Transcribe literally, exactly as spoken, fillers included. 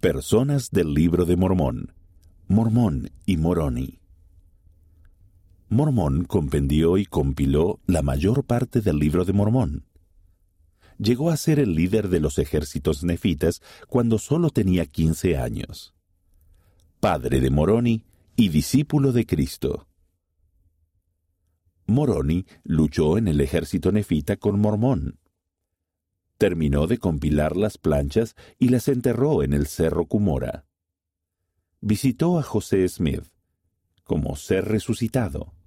Personas del Libro de Mormón, Mormón y Moroni. Mormón compendió y compiló la mayor parte del Libro de Mormón. Llegó a ser el líder de los ejércitos nefitas cuando solo tenía quince años. Padre de Moroni y discípulo de Cristo. Moroni luchó en el ejército nefita con Mormón. Terminó de compilar las planchas y las enterró en el Cerro Cumorah. Visitó a José Smith como ser resucitado.